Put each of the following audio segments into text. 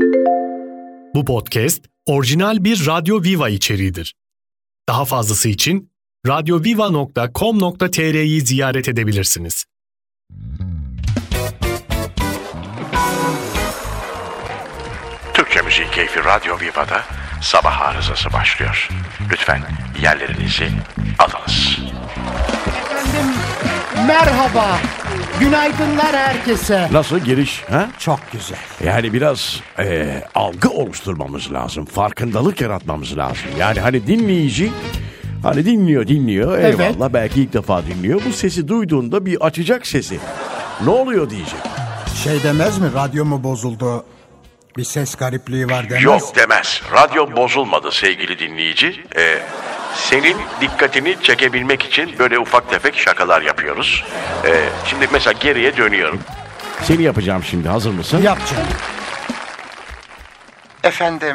Bu podcast orijinal bir Radyo Viva içeriğidir. Daha fazlası için radyoviva.com.tr'yi ziyaret edebilirsiniz. Türkçe Müziği Keyfi Radyo Viva'da sabah arızası başlıyor. Lütfen yerlerinizi alınız. Efendim merhaba. Günaydınlar herkese. Nasıl giriş? Ha? Çok güzel. Yani biraz algı oluşturmamız lazım. Farkındalık yaratmamız lazım. Yani hani dinleyici hani dinliyor. Evet. Eyvallah belki ilk defa dinliyor. Bu sesi duyduğunda bir açacak sesi. Ne oluyor diyecek. Şey demez mi? Radyo mu bozuldu? Bir ses garipliği var demez. Yok demez. Radyo bozulmadı sevgili dinleyici. Senin dikkatini çekebilmek için böyle ufak tefek şakalar yapıyoruz. Şimdi mesela geriye dönüyorum. Seni yapacağım şimdi. Hazır mısın? Yapacağım. Efendim,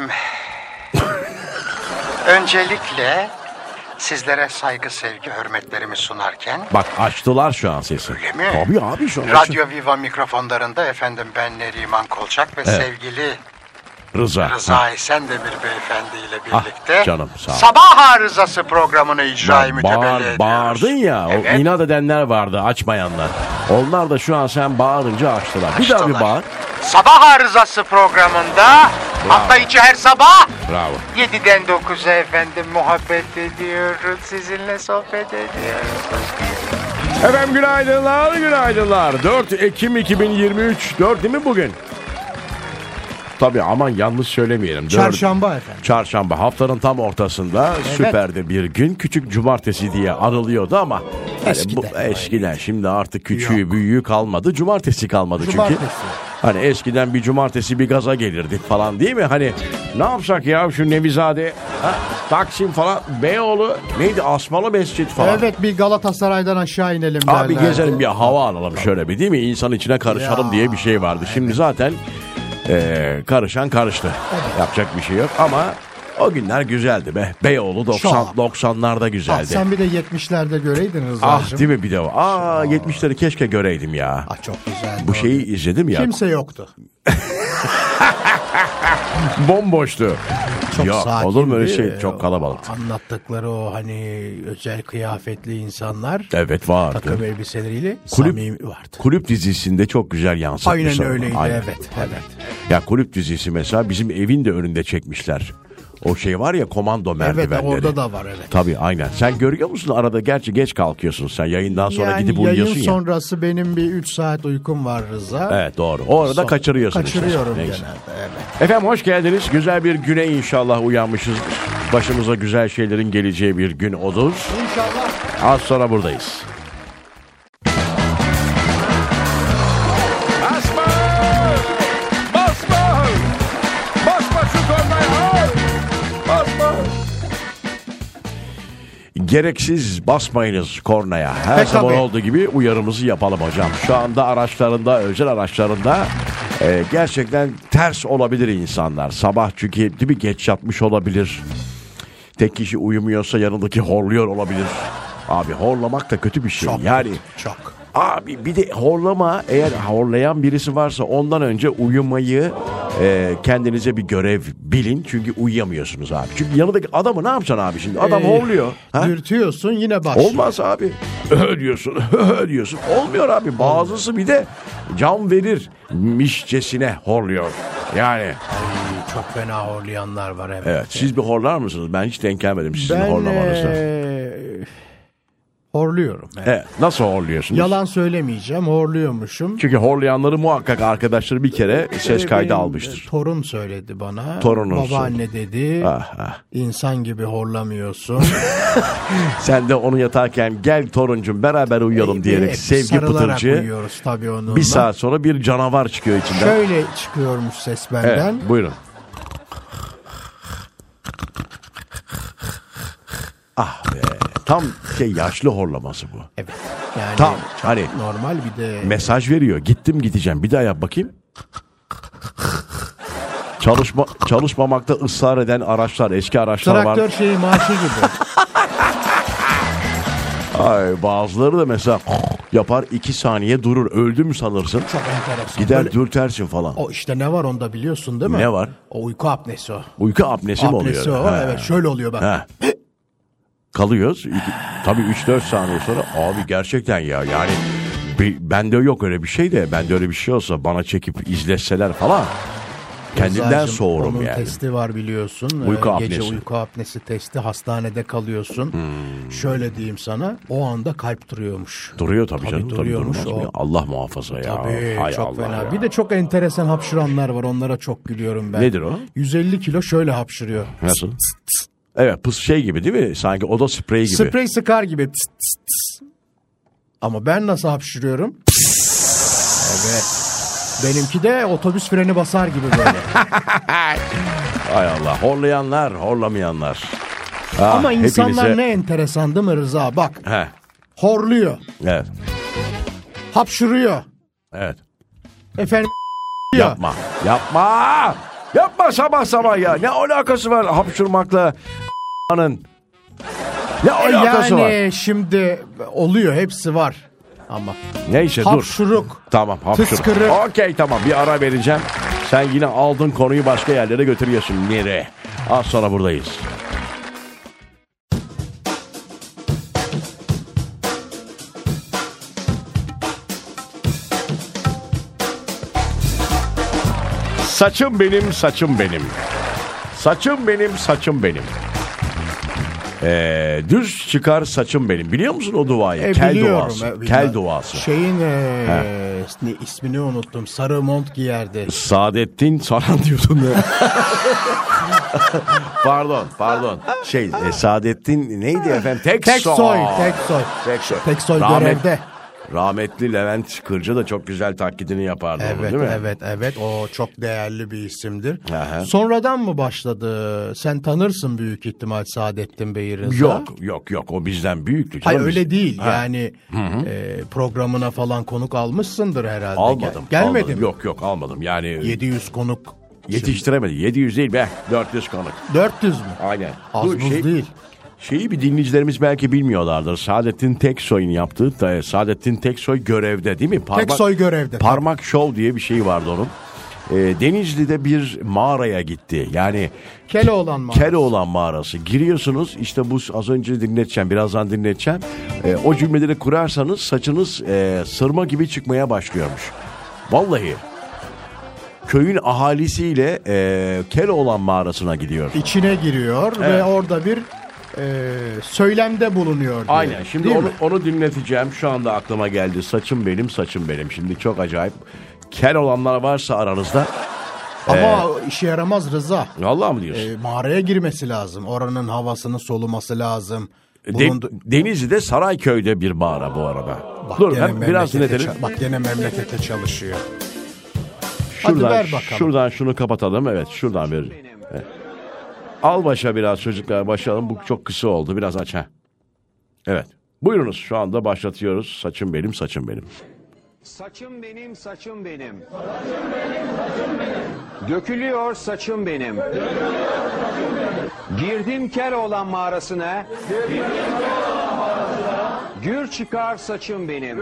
öncelikle sizlere saygı, sevgi, hürmetlerimi sunarken... Bak açtılar şu an sesi. Öyle mi? Tabii abi şu an. Radyo Viva mikrofonlarında efendim ben Neriman Kolçak ve Evet. sevgili Rıza. Rıza Esendemir beyefendiyle birlikte... canım, sağ ol. Sabah Arızası programını icrayı mütevelli ediyoruz. Bağırdın ya. Evet. O inat edenler vardı açmayanlar. Onlar da şu an sen bağırınca açtılar. Bir daha bir bağır. Sabah Arızası programında hafta içi her sabah Bravo. 7'den 9'a efendim muhabbet ediyoruz. Sizinle sohbet ediyoruz. Efendim günaydınlar. 4 Ekim 2023. 4 değil mi bugün? Tabii aman yanlış söylemeyelim. Çarşamba efendim. Çarşamba haftanın tam ortasında süper de bir gün. Küçük cumartesi diye anılıyordu ama eskiden şimdi artık küçüğü büyüğü kalmadı. Cumartesi kalmadı Cumartesi. çünkü. Hani eskiden bir cumartesi bir gaza gelirdik falan değil mi? Hani ne yapsak ya şu Nevizade, Taksim falan, Beyoğlu neydi Asmalı Mescit falan. Evet bir Galatasaray'dan aşağı inelim Abi derler. gezelim bir hava alalım şöyle bir değil mi? İnsan içine karışalım Ya, diye bir şey vardı. Şimdi zaten karışan karıştı. Yapacak bir şey yok ama o günler güzeldi be. Beyoğlu 90'larda güzeldi. Sen bir de 70'lerde göreydin Rıza'cığım. Değil mi bir de o? 70'leri keşke göreydim ya. Çok güzeldi. Bu şeyi izledim ya. Kimse yoktu. Bomboştu. Çok Yok sakindi. olur mu öyle şey? Çok kalabalıktı. Anlattıkları o hani özel kıyafetli insanlar. Evet vardı. Takım elbiseleriyle samimi vardı. Kulüp dizisinde çok güzel yansıtmışlar. Aynen öyleydi. Aynen. Evet. Ya kulüp dizisi mesela bizim evin de önünde çekmişler. O şey var ya komando merdivenleri. Evet orada da var evet. Tabii aynen. Sen görüyor musun arada gerçi geç kalkıyorsun sen yayından sonra Yani gidip uyuyorsun yayın ya. sonrası benim bir 3 saat uykum var Rıza. Evet doğru. O arada kaçırıyorsun. Kaçırıyorum işte. genelde evet. Efendim hoş geldiniz. Güzel bir güne inşallah uyanmışız. Başımıza güzel şeylerin geleceği bir gün odur. İnşallah. Az sonra buradayız. Basma! Basma! Basma şu kornaya! Basma! Gereksiz basmayınız kornaya. Her zaman tabii. olduğu gibi uyarımızı yapalım hocam. Şu anda araçlarında, özel araçlarında gerçekten ters olabilir insanlar. Sabah çünkü değil mi, geç yatmış olabilir. Tek kişi uyumuyorsa yanındaki horluyor olabilir. Abi horlamak da kötü bir şey. Yani Çok. abi bir de horlama, eğer horlayan birisi varsa ondan önce uyumayı kendinize bir görev bilin. Çünkü uyuyamıyorsunuz abi. Çünkü yanındaki adamı ne yapacaksın abi şimdi? Adam horluyor. Ha? Dürtüyorsun yine başlıyor. Olmaz abi. Diyorsun, diyorsun. Olmuyor abi. Bazısı bir de can verirmişçesine horluyor. Yani. Çok fena horlayanlar var evet. Evet. Siz bir horlar mısınız? Ben hiç denk gelmedim sizin horlamanıza. Horluyorum. Evet. Evet. Nasıl horluyorsunuz? Yalan söylemeyeceğim. Horluyormuşum. Çünkü horlayanları muhakkak arkadaşları bir kere ses kaydı Benim almıştır. Torun söyledi bana. Torunun Babaanne dedi. Ah. İnsan gibi horlamıyorsun. Sen de onu yatarken gel toruncum beraber uyuyalım diyerek Evet, sevgi sarılarak pıtırcı. uyuyoruz tabii onunla. Bir saat sonra bir canavar çıkıyor içinden. Şöyle çıkıyormuş ses benden. Evet, buyurun. Ah be. Tam yaşlı horlaması bu. Evet. Yani Tam hani normal bir de mesaj veriyor. Gittim gideceğim. Bir daha yap bakayım. Çalışmamakta ısrar eden araçlar, eski araçlar var. traktör şeyi marşı gibi. Ay bazıları da mesela Yapar 2 saniye durur. Öldü mü sanırsın? Çok enteresan. Gider Böyle- dürtersin falan. O işte ne var onda biliyorsun değil mi? Ne var? O uyku apnesi o. Uyku apnesi mi oluyor? Apnesi o. Ha. Evet şöyle oluyor bak. Ha. Kalıyoruz. Tabii 3-4 saniye sonra abi gerçekten ya yani bende yok öyle bir şey de bende öyle bir şey olsa bana çekip izletseler falan kendimden Rıza'cığım, soğurum onun yani. testi var biliyorsun. Uyku Gece apnesi. uyku apnesi testi, hastanede kalıyorsun. Şöyle diyeyim sana, o anda kalp duruyormuş. Duruyor tabii canım. Tabii duruyormuş durmaz mı o. ya? Allah muhafaza ya. Tabii Hay çok Allah fena. ya. Bir de çok enteresan hapşıranlar var, onlara çok gülüyorum ben. Nedir o? 150 kilo şöyle hapşırıyor. Nasıl? Evet pıs şey gibi değil mi? Sanki oda spreyi gibi. Sprey sıkar gibi. Tıs tıs tıs. Ama ben nasıl hapşırıyorum? Evet. Benimki de otobüs freni basar gibi böyle. Hay Allah. Horlayanlar, horlamayanlar. Ama insanlar hepinize... ne enteresan değil mi Rıza? Bak He. horluyor, Evet. hapşırıyor. Evet. Efendim Yapma. Yapma. Yapma sabah sabah ya. Ne alakası var hapşırmakla a**'nın? Ne alakası var? Yani şimdi oluyor, hepsi var. Ama Neyse dur. hapşuruk. Tamam hapşır. Tıskırık. Okey tamam bir ara vereceğim. Sen yine aldın konuyu başka yerlere götürüyorsun. Nereye? Az sonra buradayız. Saçım benim, saçım benim. Saçım benim, saçım benim. Düz çıkar saçım benim. Biliyor musun o duayı? Kel Biliyorum. duası. Kel duası. Şeyin ismini unuttum. Sarı mont giyerdi. Saadettin Saran diyordun ya. Pardon. Saadettin neydi efendim? Teksoy. Teksoy görevde. Rahmetli Levent Kırcı da çok güzel taklidini yapardı onu, değil mi? Evet. O çok değerli bir isimdir. Aha. Sonradan mı başladı? Sen tanırsın büyük ihtimal Saadettin Bey'i Rıza. Yok o bizden büyüktü. Hayır canım. öyle değil. Ha. Yani programına falan konuk almışsındır herhalde. Almadım. Gelmedi mi? Yok almadım. Yani 700 konuk. yetiştiremedi. 700 değil be. 400 konuk. 400 mü? Aynen. Az buz değil. Şeyi bir dinleyicilerimiz belki bilmiyorlardır. Saadettin Teksoy'un yaptığı Saadettin Teksoy görevde değil mi? Teksoy görevde. Parmak Show diye bir şey vardı onun. Denizli'de bir mağaraya gitti. Yani Keloğlan mağarası. Giriyorsunuz işte bu az önce dinleteceğim. Birazdan dinleteceğim. O cümleleri kurarsanız saçınız sırma gibi çıkmaya başlıyormuş. Vallahi. Köyün ahalisiyle Keloğlan mağarasına gidiyor. İçine giriyor ve orada bir söylemde bulunuyor. Diye. Aynen. Şimdi onu dinleteceğim. Şu anda aklıma geldi. Saçım benim, saçım benim. Şimdi çok acayip. Kel olanlar varsa aranızda. Ama işe yaramaz Rıza. Vallahi mı diyorsun? Mağaraya girmesi lazım. Oranın havasını soluması lazım. Denizli'de Sarayköy'de bir mağara bu arada. Bak, Dur biraz dinletelim. Bak gene memlekette çalışıyor. Şuradan, Hadi ver bakalım. Şuradan şunu kapatalım. Evet şuradan ver. Evet. Al başa biraz çocuklar başlayalım. Bu çok kısa oldu. Biraz aç ha. Evet. Buyurunuz şu anda başlatıyoruz. Saçım benim, saçım benim. Saçım benim, saçım benim. Dökülüyor saçım benim. Girdim Keloğlan mağarasına. Gür çıkar saçım benim.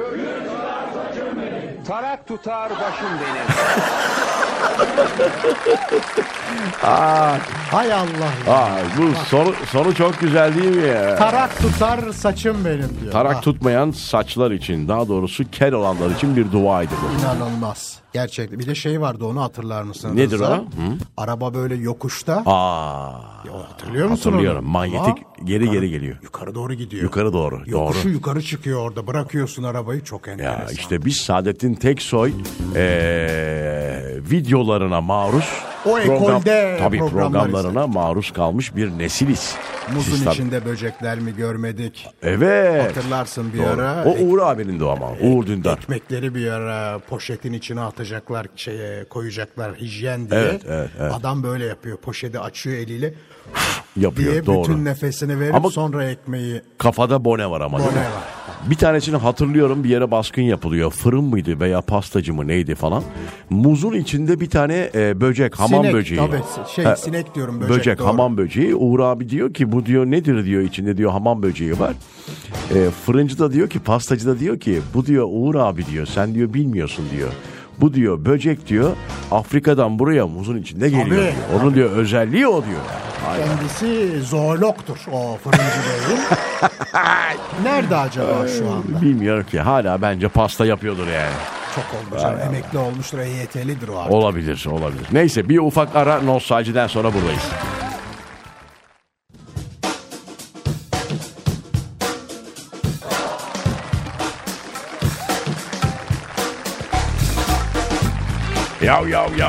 Tarak tutar başım benim. Hay Allah. Bu sonu çok güzel değil mi ya? Tarak tutar saçım benim diyor. Tarak tutmayan saçlar için, daha doğrusu kel olanlar için bir duaydı bu. İnanılmaz. Gerçekten. Bir de şey vardı, onu hatırlar mısın? Nedir Rıza? o? Araba böyle yokuşta. Hatırlıyor musun Hatırlıyorum. onu? Manyetik geri geliyor. Yukarı doğru gidiyor. Yukarı doğru. Yokuşu Doğru. yukarı çıkıyor orada. Bırakıyorsun arabayı, çok enteresan. Ya işte biz Saadettin Teksoy videolarına maruz, O ekolde tabii programlarına izledik. maruz kalmış bir nesiliz. Muzun Siz tabii- içinde böcekler mi görmedik? Evet. Hatırlarsın bir Doğru. ara. O Uğur abinin de o ama. Uğur Dündar. Ekmekleri bir ara poşetin içine atacaklar, koyacaklar hijyen diye. Evet. Adam böyle yapıyor. Poşeti açıyor eliyle. Yapıyor, diye doğru. bütün nefesini verip Ama sonra ekmeği kafada bone var ama. bone değil mi? var. Bir tanesini hatırlıyorum, bir yere baskın yapılıyor. Fırın mıydı veya pastacı mı neydi falan. Muzun içinde bir tane böcek, hamam Sinek, böceği. tabii, sinek diyorum, böcek, doğru. hamam böceği. Uğur abi diyor ki bu diyor nedir diyor, içinde diyor hamam böceği var. Fırıncı da diyor ki, pastacı da diyor ki bu diyor Uğur abi diyor sen diyor bilmiyorsun diyor. Bu diyor böcek diyor Afrika'dan buraya muzun içinde geliyor Tabii, diyor. Onun diyor özelliği o diyor. Kendisi zoologtur o fırıncı beyin. Nerede acaba şu anda? Bilmiyorum ki, hala bence pasta yapıyordur yani. Çok olmuş. Emekli olmuştur. EYT'lidir o artık. Olabilir. Neyse, bir ufak ara, nostaljiden sonra buradayız. Yav.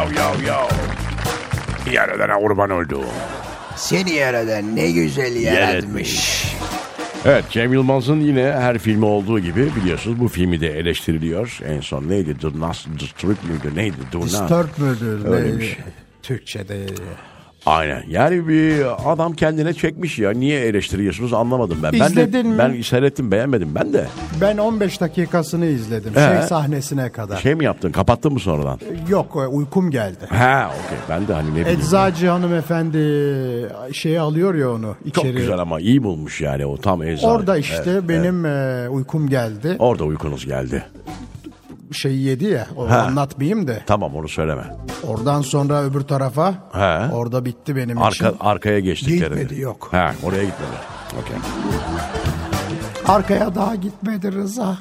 Yaradana kurban oldu. Seni yaradan ne güzel yaratmış. Evet, Cem Yılmaz'ın yine her filmi olduğu gibi biliyorsunuz bu filmi de eleştiriliyor. En son neydi? The Strip müydü? Neydi? Disturb müdür? Öyle bir şey. Türkçe'de. Aynen. Yani bir adam kendine çekmiş ya. Niye eleştiriyorsunuz anlamadım ben. İzledin mi? Ben seyrettim, beğenmedim ben de. Ben 15 dakikasını izledim. Sahnesine kadar. Şey mi yaptın? Kapattın mı sonradan? Yok, uykum geldi. Ha, okey. Ben de hani ne bileyim. Eczacı hanımefendi şeyi alıyor ya onu içeri. Çok güzel ama iyi bulmuş yani o tam eczacı. Orada işte benim uykum geldi. Orada uykunuz geldi. Şeyi yedi ya, anlatmayayım da. Tamam, onu söyleme. Oradan sonra öbür tarafa. Orada bitti benim için. Arkaya geçtikleri. Gitmedi, yok. Oraya gitmedi. Okey. Arkaya daha gitmedi Rıza.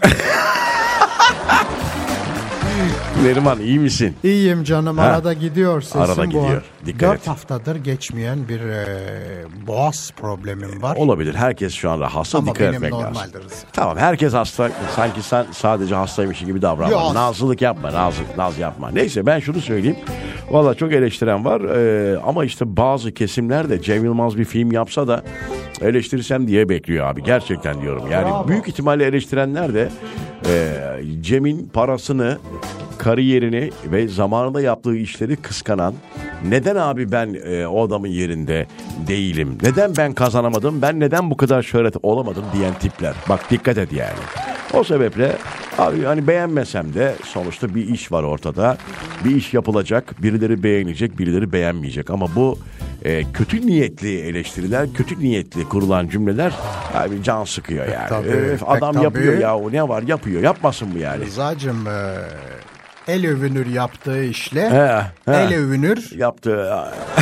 Neriman, iyi misin? İyiyim canım. Arada gidiyor sesim. Arada gidiyor. Dikkat 4 et. haftadır geçmeyen bir boğaz problemim var. Olabilir. Herkes şu an rahatsız. Ama Dikkat benim etmek lazım. normaldir. Tamam, herkes hasta. Sanki sen sadece hastaymış gibi davranma. Yok. Nazlılık yapma. Naz yapma. Neyse, ben şunu söyleyeyim. Valla çok eleştiren var. Ama işte bazı kesimler de Cem Yılmaz bir film yapsa da eleştirsem diye bekliyor abi. Gerçekten diyorum. Yani Bravo. büyük ihtimalle eleştirenler de Cem'in parasını, kariyerini ve zamanında yaptığı işleri kıskanan, neden abi ben o adamın yerinde değilim, neden ben kazanamadım, ben neden bu kadar şöhret olamadım diyen tipler. Bak, dikkat et yani. O sebeple abi hani beğenmesem de sonuçta bir iş var ortada. Bir iş yapılacak, birileri beğenecek, birileri beğenmeyecek ama bu kötü niyetli eleştiriler, kötü niyetli kurulan cümleler abi can sıkıyor yani. Tabii, Adam tabii. yapıyor ya, o ne var yapıyor, yapmasın mı yani? Rıza'cığım el övünür yaptığı işle. He. El övünür. Yaptı.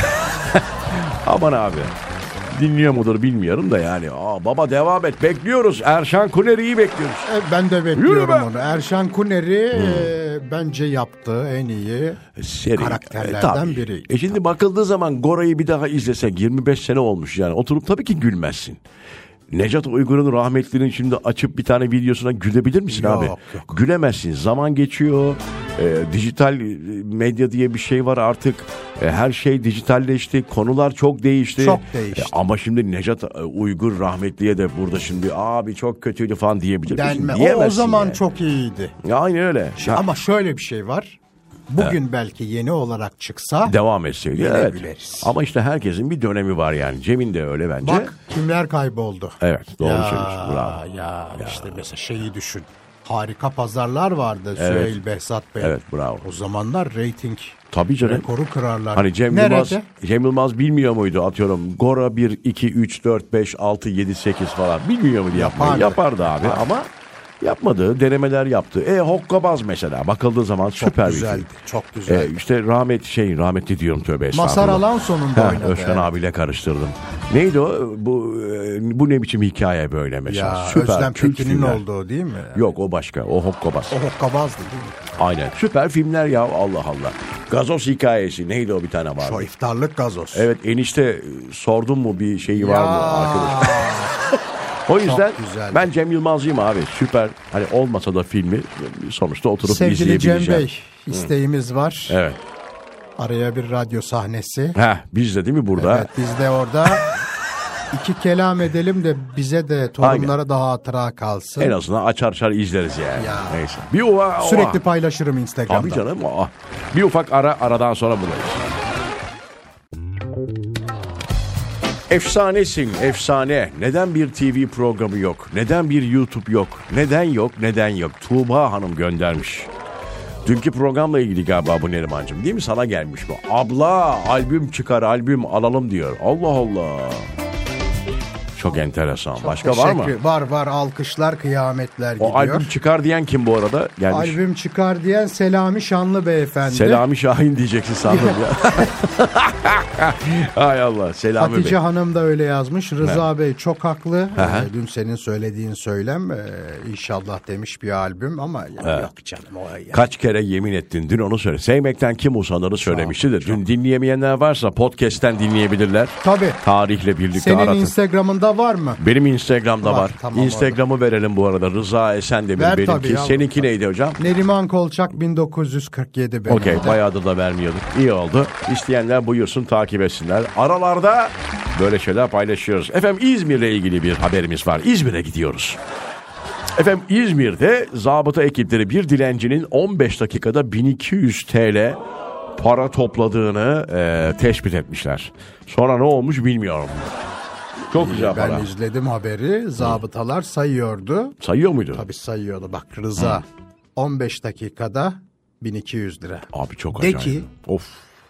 Aman abi. Dinliyor mudur bilmiyorum da yani. Baba devam et. Bekliyoruz. Erşan Kuneri'yi bekliyoruz. Ben de Yürü bekliyorum be. onu. Erşan Kuneri bence yaptığı en iyi karakterlerden tabii. biri. Şimdi bakıldığı zaman Gora'yı bir daha izlesek 25 sene olmuş yani. Oturup tabii ki gülmezsin. Necat Uygur'un rahmetlinin şimdi açıp bir tane videosuna gülebilir misin Yok, abi? yok. Gülemezsin. Zaman geçiyor. Dijital medya diye bir şey var artık. Her şey dijitalleşti. Konular çok değişti. Çok değişti. Ama şimdi Necat Uygur rahmetliye de burada şimdi abi çok kötüydü falan diyebilir misin? Denme. O Diyemezsin zaman yani. çok iyiydi. Aynen öyle. Ama şöyle bir şey var. Bugün belki yeni olarak çıksa Devam etseydi. yine Evet. güleriz. Ama işte herkesin bir dönemi var yani. Cem'in de öyle bence. bak kimler kayboldu. Evet, doğru söylüyorsun. Bravo. Ya işte mesela şeyi düşün. Harika pazarlar vardı. Süheyl Behzat Bey. Evet, bravo. O zamanlar reyting Tabii canım. rekoru kırarlar. Hani Cem Nerede? Yılmaz bilmiyor muydu atıyorum Gora 1, 2, 3, 4, 5, 6, 7, 8 falan bilmiyor muydu yapmayı? Yapardı abi ama yapmadı, denemeler yaptı. Hokkabaz mesela bakıldığı zaman süper bir güzeldi, film. çok güzeldi. İşte rahmetli diyorum, tövbe estağfurullah. Mazhar Alanson'un da oynadı. Özkan abiyle karıştırdım. Neydi o? Bu ne biçim hikaye böyle mesela? Ya Süper. Özlem kült Tekin'in filmler. olduğu değil mi? Yok, o başka. O Hokkabaz. O hokkabazdı değil mi? Aynen. Süper filmler ya, Allah Allah. Gazoz hikayesi neydi o, bir tane vardı. Şu iftarlık gazoz. Evet, enişte sordun mu bir şeyi var mı arkadaş? O yüzden güzel. ben Cem Yılmaz'cıyım abi. Süper. Hani olmasa da filmi sonuçta oturup Sevgili izleyebileceğim. Cem Bey, isteğimiz var. Evet. Araya bir radyo sahnesi. Biz de değil mi burada? Evet, biz de orada iki kelam edelim de bize de torunlara Aynen. daha hatıra kalsın. En azından açar izleriz yani. Ya. Neyse. Bir Sürekli paylaşırım Instagram'da. Tabii canım. Bir ufak aradan sonra buradayız. Efsanesin, efsane. Neden bir TV programı yok? Neden bir YouTube yok? Neden yok, neden yok? Tuğba Hanım göndermiş. Dünkü programla ilgili galiba bu Nerimancığım, değil mi? Sana gelmiş bu. Abla albüm çıkar, albüm alalım diyor. Allah Allah. Çok enteresan. Başka var mı? Var. Alkışlar, kıyametler gidiyor. O albüm çıkar diyen kim bu arada? Gelmiş. Albüm çıkar diyen Selami Şanlı beyefendi. Selami Şahin diyeceksin sandım ya. Hay Allah. Selami Hatice Bey. Hanım da öyle yazmış. Rıza Bey çok haklı. Dün senin söylediğin söylem inşallah demiş bir albüm ama yok canım o ya. Kaç kere yemin ettin dün, onu söyle. Sevmekten kim usanırı söylemişti. Dün dinleyemeyenler varsa podcast'ten dinleyebilirler. Tabii. Tarihle birlikte Senin aratın. Instagram'ında var mı? Benim Instagram'da var. Tamam, Instagram'ı verelim bu arada. Rıza Esendemir Ver benimki. tabii ya. Seninki neydi hocam? Neriman Kolçak 1947 benim. Okey, bayağıdır da vermiyorduk. İyi oldu. İsteyenler buyursun, takip etsinler. Aralarda böyle şeyler paylaşıyoruz. Efendim İzmir'le ilgili bir haberimiz var. İzmir'e gidiyoruz. Efendim İzmir'de zabıta ekipleri bir dilencinin 15 dakikada 1200 TL para topladığını tespit etmişler. Sonra ne olmuş bilmiyorum. Çok güzel para. Ben izledim haberi. Zabıtalar sayıyordu. Sayıyor muydu? Tabii sayıyordu. Bak Rıza 15 dakikada 1200 lira. Abi çok De acayip. ki Of.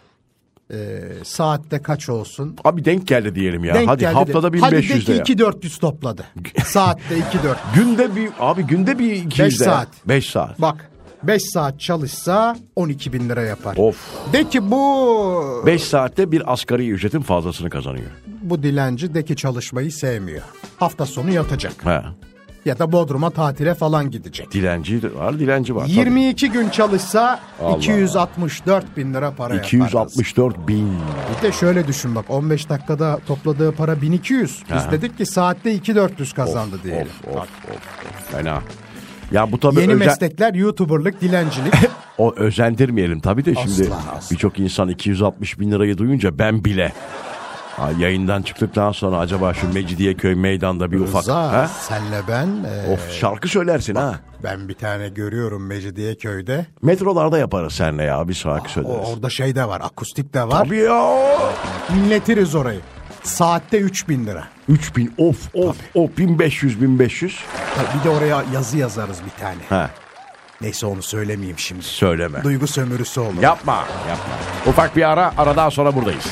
Saatte kaç olsun? Abi denk geldi diyelim ya. Denk Hadi geldi haftada de. 1500 Hadi de ki lira. 2400 topladı. Saatte 2400. Günde bir 200 5 lira. saat. 5 saat. Bak 5 saat çalışsa 12 bin lira yapar. Of. De ki bu 5 saatte bir asgari ücretin fazlasını kazanıyor. bu dilenci de ki çalışmayı sevmiyor. Hafta sonu yatacak. He. Ya da Bodrum'a tatile falan gidecek. Dilenci var, dilenci var. 22 gün çalışsa Allah. 264 bin lira para yapar. 264 bin. Bir de şöyle düşün bak 15 dakikada topladığı para 1200. Biz dedik ki saatte 2400 kazandı diyelim. Of. Fena. Ya bu tabii Yeni meslekler YouTuber'lık, dilencilik. o özendirmeyelim tabii de şimdi Asla. birçok insan 260 bin lirayı duyunca ben bile yayından çıktıktan sonra acaba şu Mecidiyeköy meydanda bir ufak. Rıza, senle ben. Of, şarkı söylersin ha. Ben bir tane görüyorum Mecidiyeköy'de. Metrolarda yaparız seninle ya, bir şarkı söyleriz. Orada şey de var, akustik de var. Tabii ya. İnletiriz orayı. Saatte 3000 lira. 3000 of 1500. Bir de oraya yazı yazarız bir tane. Ha, Neyse onu söylemeyeyim şimdi. söyleme. Duygu sömürüsü olur. Yapma. Ufak bir aradan sonra buradayız.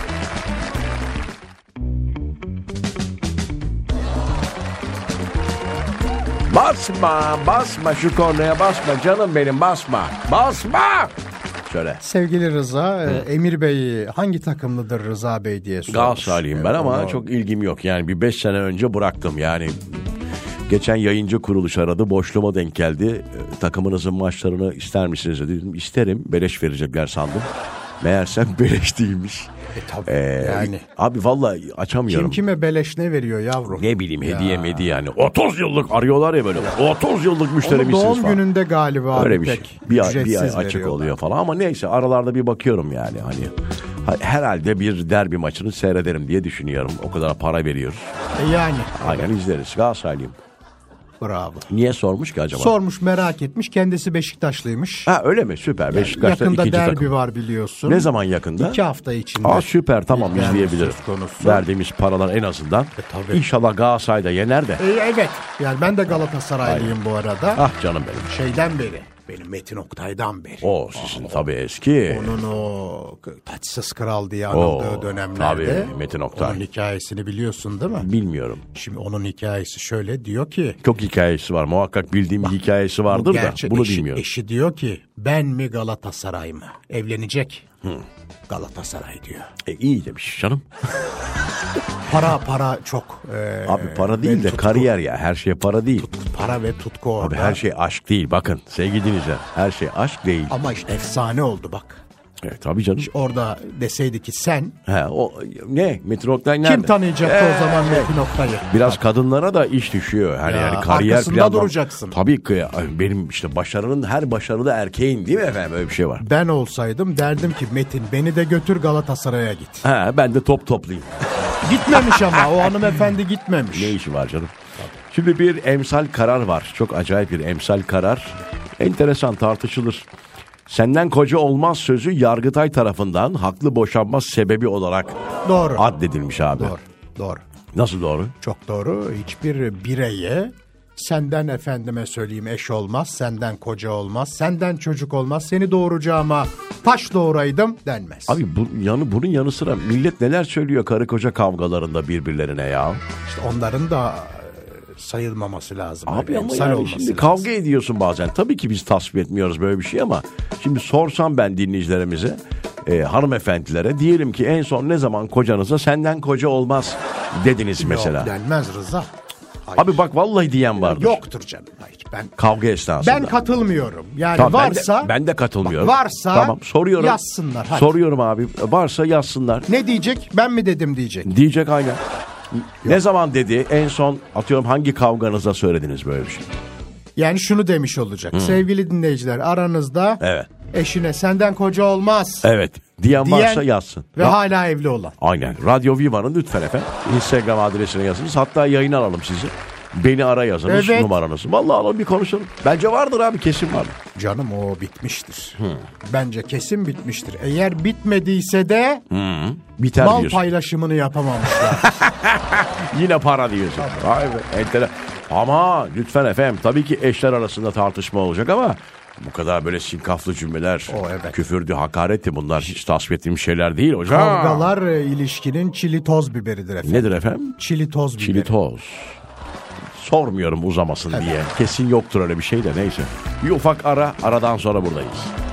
Basma şu kornaya, basma canım benim, basma. Söyle. Sevgili Rıza, Emir Bey hangi takımlıdır Rıza Bey diye sormuş. Galatasaraylıyım ben ama Onu- çok ilgim yok. Yani bir 5 sene önce bıraktım. Yani geçen yayıncı kuruluş aradı. Boşluğuma denk geldi. Takımınızın maçlarını ister misiniz dedim. İsterim. Beleş verecekler sandım. Meğersem beleş değilmiş. Tabii yani. Abi vallahi açamıyorum. Kim kime beleş ne veriyor yavrum? Ne bileyim, hediye mediye yani. 30 yıllık arıyorlar ya böyle. 30 yıllık Onun müşterimizsiniz doğum falan. gününde galiba Öyle bir şey. tek Bir ay ücretsiz açık veriyorlar. oluyor falan ama neyse aralarda bir bakıyorum yani hani herhalde bir derbi maçını seyrederim diye düşünüyorum. O kadar para veriyoruz. Yani. Aynen izleriz. Galatasaraylıyım. Bravo. Niye sormuş ki acaba? Sormuş, merak etmiş. Kendisi Beşiktaşlıymış. Ha öyle mi? Süper. Beşiktaş'ta Yakında ikinci derbi takım. var biliyorsun. Ne zaman yakında? 2 hafta içinde. Aa süper, tamam, Bir derbi izleyebiliriz. söz konusu. Verdiğimiz paralar en azından. tabii. İnşallah Galatasaray'da yener de. Evet. Yani ben de Galatasaraylıyım bu arada. Ah canım benim. Şeyden beri. Benim Metin Oktay'dan beri. O sizin tabii eski. Onun o taçsız kral diye anıldığı dönemlerde. tabii, Metin Oktay. Onun hikayesini biliyorsun değil mi? Bilmiyorum. Şimdi onun hikayesi şöyle diyor ki. Çok hikayesi var. Muhakkak bildiğim bir hikayesi vardır bu da gerçek, bunu eşi, bilmiyorum. Eşi diyor ki ben mi Galatasaray mı? Evlenecek. Galatasaray diyor. İyi demiş canım. Para çok. Abi para değil de tutku. kariyer ya. Her şey para değil. Para ve tutku orada. Abi her şey aşk değil. Bakın sevgili dinleyiciler. Her şey aşk değil. Ama işte efsane oldu bak. Evet tabii canım. Orada deseydi ki sen. He, o ne? Metin Oktay nerede? Kim tanıyacaktı o zaman Metin Oktay'ı? Biraz kadınlara da iş düşüyor. Ya, Yani kariyer arkasında planlam- duracaksın. Tabii ki benim işte her başarılı erkeğin değil mi efendim, öyle bir şey var. Ben olsaydım derdim ki Metin beni de götür Galatasaray'a git. He, ben de top toplayayım. Gitmemiş ama o hanımefendi gitmemiş. Ne işi var canım? Şimdi bir emsal karar var. Çok acayip bir emsal karar. Enteresan, tartışılır. Senden koca olmaz sözü Yargıtay tarafından haklı boşanma sebebi olarak Doğru. addedilmiş abi. Doğru. Doğru. Nasıl doğru? Çok doğru. Hiçbir bireye senden efendime söyleyeyim eş olmaz, senden koca olmaz, senden çocuk olmaz, seni doğuracağıma taş doğuraydım denmez. Abi bunun yanı sıra millet neler söylüyor karı koca kavgalarında birbirlerine ya. İşte onların da sayılmaması lazım. Abi Öyle ama emsal yani olması şimdi lazım. kavga ediyorsun bazen. Tabii ki biz tasvip etmiyoruz böyle bir şey ama şimdi sorsam ben dinleyicilerimize, hanımefendilere, diyelim ki en son ne zaman kocanıza senden koca olmaz dediniz mesela. Yok denmez Rıza. Hayır. Abi bak vallahi diyen vardır. Yoktur canım. Hayır, Kavga esnasında. ben katılmıyorum. Yani Tamam, varsa ben de katılmıyorum. varsa tamam, soruyorum. yazsınlar. Hadi. Soruyorum abi. Varsa yazsınlar. Ne diyecek? Ben mi dedim diyecek. Diyecek aynen. Ne zaman dedi? En son atıyorum hangi kavganızda söylediniz böyle bir şey? Yani şunu demiş olacak. Sevgili dinleyiciler, aranızda Evet. eşine senden koca olmaz Evet. Diyen varsa yazsın. ve hala evli olan. Aynen. Radyo Viva'nın lütfen efendim Instagram adresine yazınız. Hatta yayına alalım sizi. Beni ara yazınız, Evet. numaranızı. Vallahi alalım bir konuşalım. Bence vardır abi, kesin vardır. Canım o bitmiştir. Bence kesin bitmiştir. Eğer bitmediyse de Biter mal diyorsun. paylaşımını yapamamışlar. Yine para diyorsun. Vay be. Ama lütfen efendim tabii ki eşler arasında tartışma olacak ama bu kadar böyle sinkaflı cümleler, evet. küfürdü, hakaretti, bunlar hiç tasvip ettiğim şeyler değil hocam. Kavgalar ilişkinin çili toz biberidir efendim. Nedir efendim? Çili toz biberi. Çili toz. Sormuyorum uzamasın diye. Kesin yoktur öyle bir şey de, neyse. Bir ufak ara, aradan sonra buradayız.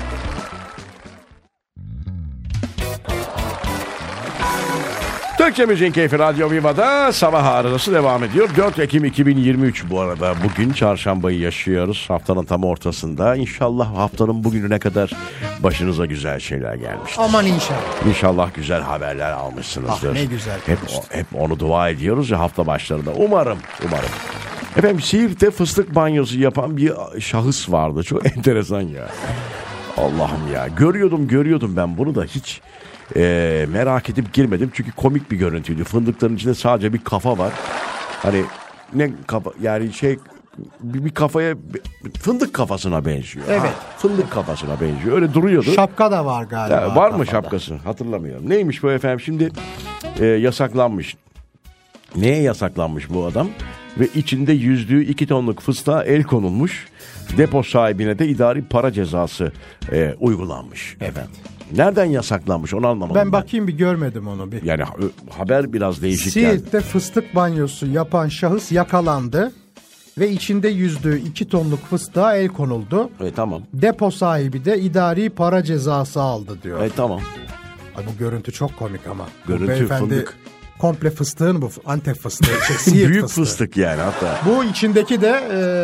Türkçe Müziğin Keyfi Radyo Viva'da sabah arızası devam ediyor. 4 Ekim 2023 bu arada. Bugün çarşambayı yaşıyoruz. Haftanın tam ortasında. İnşallah haftanın bugününe kadar başınıza güzel şeyler gelmiştir. Aman inşallah. İnşallah güzel haberler almışsınızdır. Ah, ne güzel Hep onu dua ediyoruz ya hafta başlarında. Umarım. Efendim Siirt'te fıstık banyosu yapan bir şahıs vardı. Çok enteresan ya. Allah'ım ya. Görüyordum ben bunu da hiç merak edip girmedim. Çünkü komik bir görüntüydü. Fındıkların içinde sadece bir kafa var. Hani ne kafa, yani bir kafaya, fındık kafasına benziyor. Evet. Fındık kafasına benziyor. Öyle duruyordu. Şapka da var galiba. Ya, var mı kafada. şapkası? Hatırlamıyorum. Neymiş bu efendim? Şimdi yasaklanmış. Neye yasaklanmış bu adam? Ve içinde yüzdüğü 2 tonluk fıstığa el konulmuş. Depo sahibine de idari para cezası uygulanmış. Evet. Efendim. Nereden yasaklanmış onu anlamadım. Ben bakayım, bir görmedim onu bir. Yani haber biraz değişik geldi. Siirt'te fıstık banyosu yapan şahıs yakalandı ve içinde yüzdüğü 2 tonluk fıstığa el konuldu. Tamam. Depo sahibi de idari para cezası aldı diyor. Tamam. Ay, bu görüntü çok komik ama. Görüntü, bu beyefendi fındık. Komple fıstığın bu. Antep fıstığı. Siirt Büyük fıstığı. fıstık yani hatta. Bu içindeki de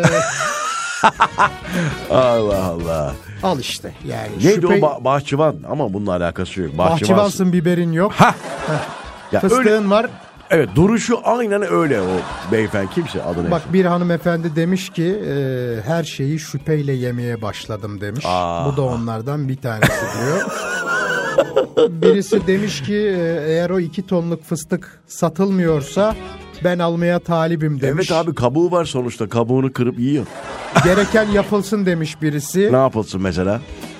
Allah Allah. al işte. Yani Neydi o bahçıvan, ama bununla alakası yok. bahçıvansın, biberin yok. Ya Fıstığın öyle, var. evet, duruşu aynen öyle o beyefendi. Kimse adı neyse. Bak, bir hanımefendi demiş ki her şeyi şüpheyle yemeye başladım demiş. Bu da onlardan bir tanesi diyor. Birisi demiş ki eğer o 2 tonluk fıstık satılmıyorsa ben almaya talibim demiş. Evet abi, kabuğu var sonuçta. Kabuğunu kırıp yiyor. Gereken yapılsın demiş birisi. Ne yapılsın mesela?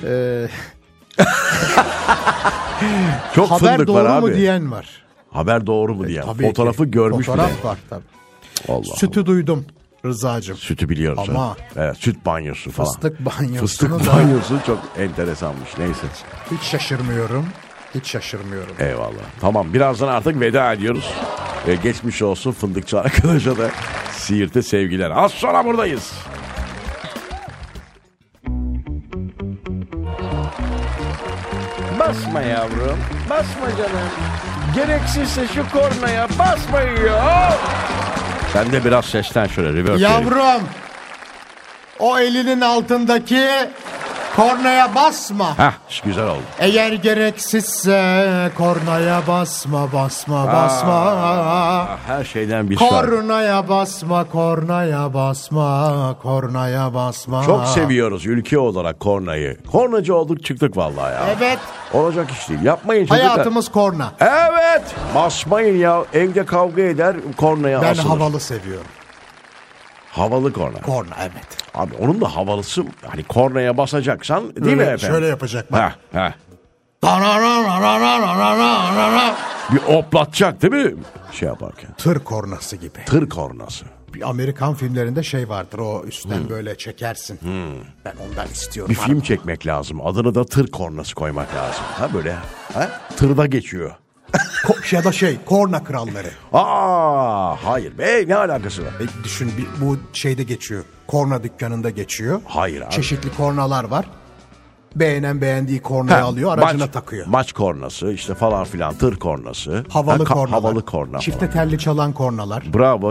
Çok Haber fındık doğru var abi. mu diyen var. Haber doğru mu diyen. Tabii Fotoğrafı ki. görmüş Fotoğraf bile. var tabii. Allah Sütü duydum Rıza'cığım. Sütü biliyoruz. Ama ha. Evet, süt banyosu falan. Fıstık banyosunu Fıstık da banyosu çok enteresanmış. Neyse. hiç şaşırmıyorum. Hiç şaşırmıyorum. Eyvallah. Tamam, birazdan artık veda ediyoruz. Geçmiş olsun fındıkçı arkadaşa da Siirt'e sevgiler. Az sonra buradayız. Basma yavrum. Basma canım. Gereksizse şu kornaya basmayın ya. Sen de biraz sesten şöyle reverb. Yavrum, o elinin altındaki kornaya basma. Hah, güzel oldu. Eğer gereksizse kornaya basma. Her şeyden bir şey. Kornaya basma. Kornaya basma. Çok seviyoruz ülke olarak kornayı. Kornacı olduk çıktık vallahi ya. Evet. Olacak iş değil. Yapmayın çocuklar. Hayatımız korna. Evet. Basmayın ya. Evde kavga eder, kornaya Ben asılır. havalı seviyorum. Havalı korna. Korna, evet. Abi onun da havalısı, hani kornaya basacaksan değil mi efendim? Şöyle yapacak bak. Heh. Bir oplatacak değil mi? Şey yaparken. Tır kornası gibi. Tır kornası. Bir Amerikan filmlerinde şey vardır, o üstten böyle çekersin. Ben ondan istiyorum. Bir film çekmek lazım. Adını da tır kornası koymak lazım. Ha böyle. Ha? Tırda geçiyor. Ya da korna kralları. Hayır be, ne alakası var? Düşün, bu şeyde geçiyor. Korna dükkanında geçiyor. Hayır abi. Çeşitli kornalar var. Beğendiği kornayı alıyor, aracına takıyor. Maç kornası işte falan filan, tır kornası. Havalı kornalar. Havalı korna. Çifte telli çalan kornalar. Bravo.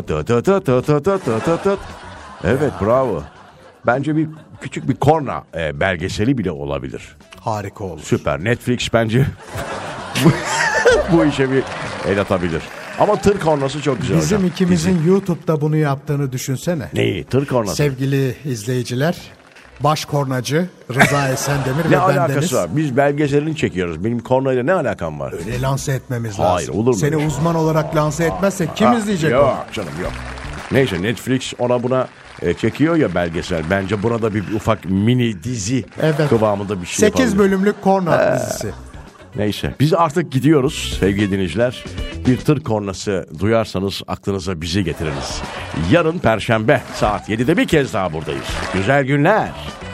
Evet, bravo. Bence küçük bir korna belgeseli bile olabilir. Harika olur. Süper. Netflix bence bu işe bir el atabilir. Ama tır kornası çok güzel Bizim hocam. ikimizin YouTube'da bunu yaptığını düşünsene. Neyi? Tır kornası. Sevgili izleyiciler, baş kornacı Rıza Esendemir ve Ne bendeniz. alakası var? Biz belgeselini çekiyoruz. Benim kornayla ne alakam var? Öyle lanse etmemiz lazım. Hayır, olur mu? Seni uzman olarak lanse etmezsek kim izleyecek onu? Yok canım, yok. Neyse, Netflix ona buna çekiyor ya belgesel. Bence burada bir ufak mini dizi kıvamında bir şey 8 yapalım. bölümlük korna dizisi. Neyse, biz artık gidiyoruz sevgili dinleyiciler. Bir tır kornası duyarsanız aklınıza bizi getiriniz. Yarın Perşembe saat 7'de bir kez daha buradayız. Güzel günler.